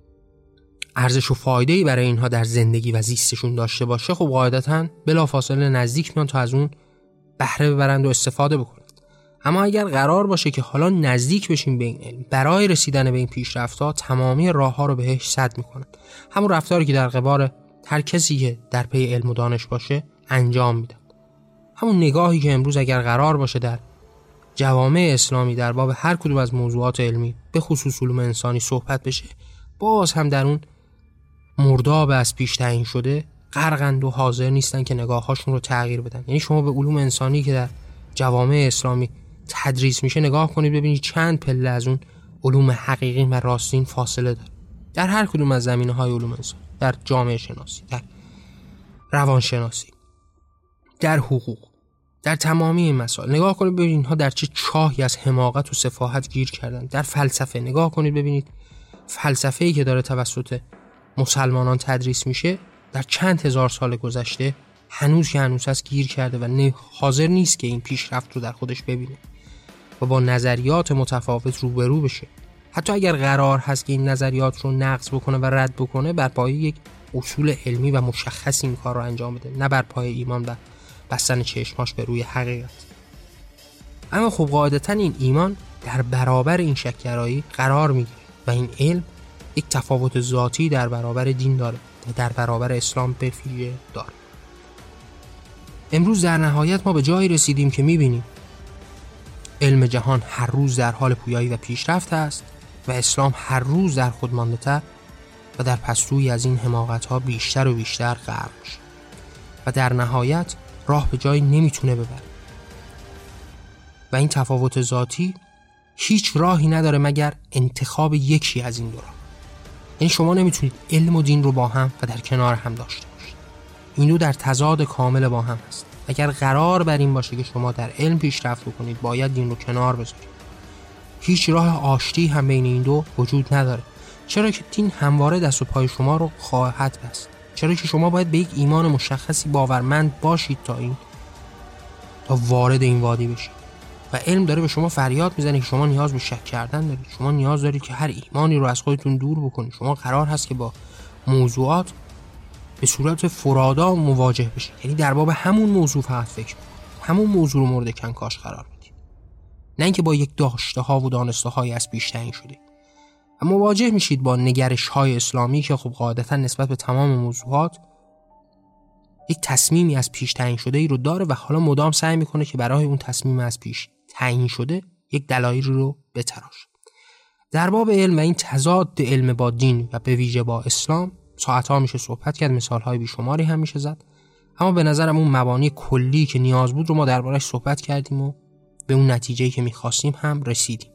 A: ارزش و فایده‌ای برای اینها در زندگی و زیستشون داشته باشه، خب قاعدتاً بلافاصله نزدیک میان تا از اون بهره ببرند و استفاده بکنند. اما اگر قرار باشه که حالا نزدیک بشیم به این علم، برای رسیدن به این پیشرفت‌ها تمامی راه‌ها رو بهش سد میکنند. همون رفتاری که در قبال هر کسی که در پی علم و دانش باشه انجام میدن. همون نگاهی که امروز اگر قرار باشه در جوامع اسلامی در باب هر کدوم از موضوعات علمی به خصوص علوم انسانی صحبت بشه، باز هم در اون مرداب از پیش تعیین شده غرقند و حاضر نیستن که نگاه‌هاشون رو تغییر بدن. یعنی شما به علوم انسانی که در جوامع اسلامی تدریس میشه نگاه کنید ببینید چند پله از اون علوم حقیقی و راستین فاصله داره. در هر کدوم از زمینه‌های علوم انسانی، در جامعه شناسی، در روانشناسی، در حقوق، در تمامی این مسائل نگاه کنید ببینید اینها در چه چاهی از حماقت و سفاهت گیر کردن. در فلسفه نگاه کنید ببینید فلسفه‌ای که داره توسط مسلمانان تدریس میشه در چند هزار سال گذشته هنوز که هنوز هست گیر کرده و حاضر نیست که این پیشرفت رو در خودش ببینه و با نظریات متفاوت روبرو بشه. حتی اگر قرار هست که این نظریات رو نقض بکنه و رد بکنه، بر پایه یک اصول علمی و مشخص این کار رو انجام بده، نه بر پایه ایمان و بستن چشماش به روی حقیقت. اما خب قاعدتا این ایمان در برابر این شک‌گرایی قرار میگیره و این علم یک تفاوت ذاتی در برابر دین داره و در برابر اسلام به ویژه داره. امروز در نهایت ما به جایی رسیدیم که میبینیم علم جهان هر روز در حال پویایی و پیشرفت است و اسلام هر روز در خود مانده تر و در پستویی از این حماقت ها بیشتر و بیشتر غرق میشه و در نهایت راه به جایی نمیتونه ببره و این تفاوت ذاتی هیچ راهی نداره مگر انتخاب یکی از این دو راه. یعنی شما نمیتونید علم و دین رو با هم و در کنار هم داشته باشید. این دو در تضاد کامل با هم هست. اگر قرار بر این باشه که شما در علم پیشرفت بکنید باید دین رو کنار بذارید. هیچ راه آشتی هم بین این دو وجود نداره. چرا که دین همواره دست و پای شما رو خواهد بست. چرا که شما باید به یک ایمان مشخصی باورمند باشید تا این تا وارد این وادی بشید. و علم داره به شما فریاد میزنه که شما نیاز به شک کردن دارید. شما نیاز دارید که هر ایمانی رو از خودتون دور بکنید. شما قرار هست که با موضوعات به صورت فرادا مواجه بشید. یعنی در باب همون موضوع فقط فکر کنید. همون موضوع رو مورد کنکاش قرار بدید. نه اینکه با یک داشته ها و دانسته های از پیش تعیین شده. و مواجه میشید با نگرش های اسلامی که خب قاعدتا نسبت به تمام موضوعات یک تصمیمی از پیش تعیین شده ای رو داره و حالا مدام سعی میکنه که برای اون تصمیم از پیش تعیین شده یک دلایل رو بتراشه. در باب علم و این تضاد علم با دین و به ویژه با اسلام ساعت‌ها میشه صحبت کرد، مثال‌های بیشماری هم میشه زد، اما به نظرم اون مبانی کلی که نیاز بود رو ما دربارش صحبت کردیم و به اون نتیجه‌ای که می‌خواستیم هم رسیدیم.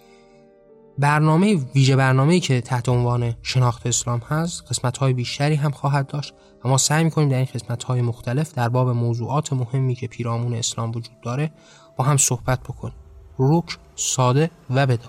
A: برنامه ویژه برنامه‌ای که تحت عنوان شناخت اسلام هست قسمت‌های بیشتری هم خواهد داشت و ما سعی می‌کنیم در این قسمت‌های مختلف در باب موضوعات مهمی که پیرامون اسلام وجود داره با هم صحبت بکنیم. رک، ساده و بداهه.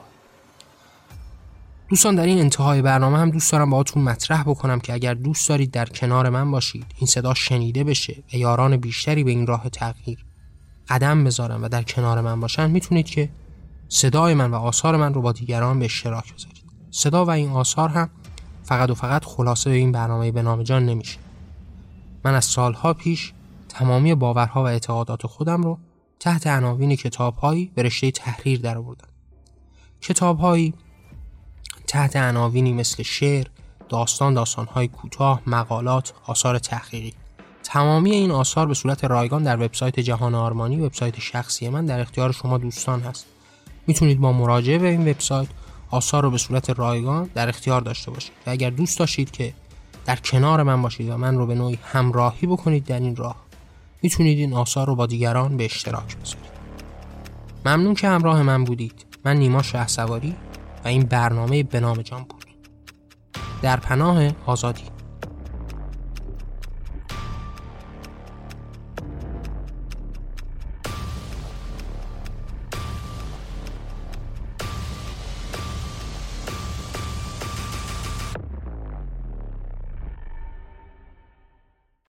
A: دوستان، در این انتهای برنامه هم دوست دارم باهاتون مطرح بکنم که اگر دوست دارید در کنار من باشید، این صدا شنیده بشه و یاران بیشتری به این راه تغییر قدم بذارن و در کنار من باشن، میتونید که صدای من و آثار من رو با دیگران به اشتراک بذارید. صدا و این آثار هم فقط و فقط خلاصه این برنامه به نام جان نمیشه. من از سالها پیش تمامی باورها و اعتقادات خودم رو تحت عناوین کتاب‌هایی به رشته تحریر درآوردم. کتاب‌هایی تحت عناوینی مثل شعر، داستان، داستان‌های کوتاه، مقالات، آثار تحقیقی. تمامی این آثار به صورت رایگان در وبسایت جهان آرمانی، وبسایت شخصی من، در اختیار شما دوستان هست. میتونید با مراجعه به این وبسایت آثار رو به صورت رایگان در اختیار داشته باشید و اگر دوست داشتید که در کنار من باشید و من رو به نوعی همراهی بکنید در این راه، میتونید این آثار رو با دیگران به اشتراک بذارید. ممنون که همراه من بودید. من نیما شهسواری و این برنامه به نام جان بود. در پناه آزادی.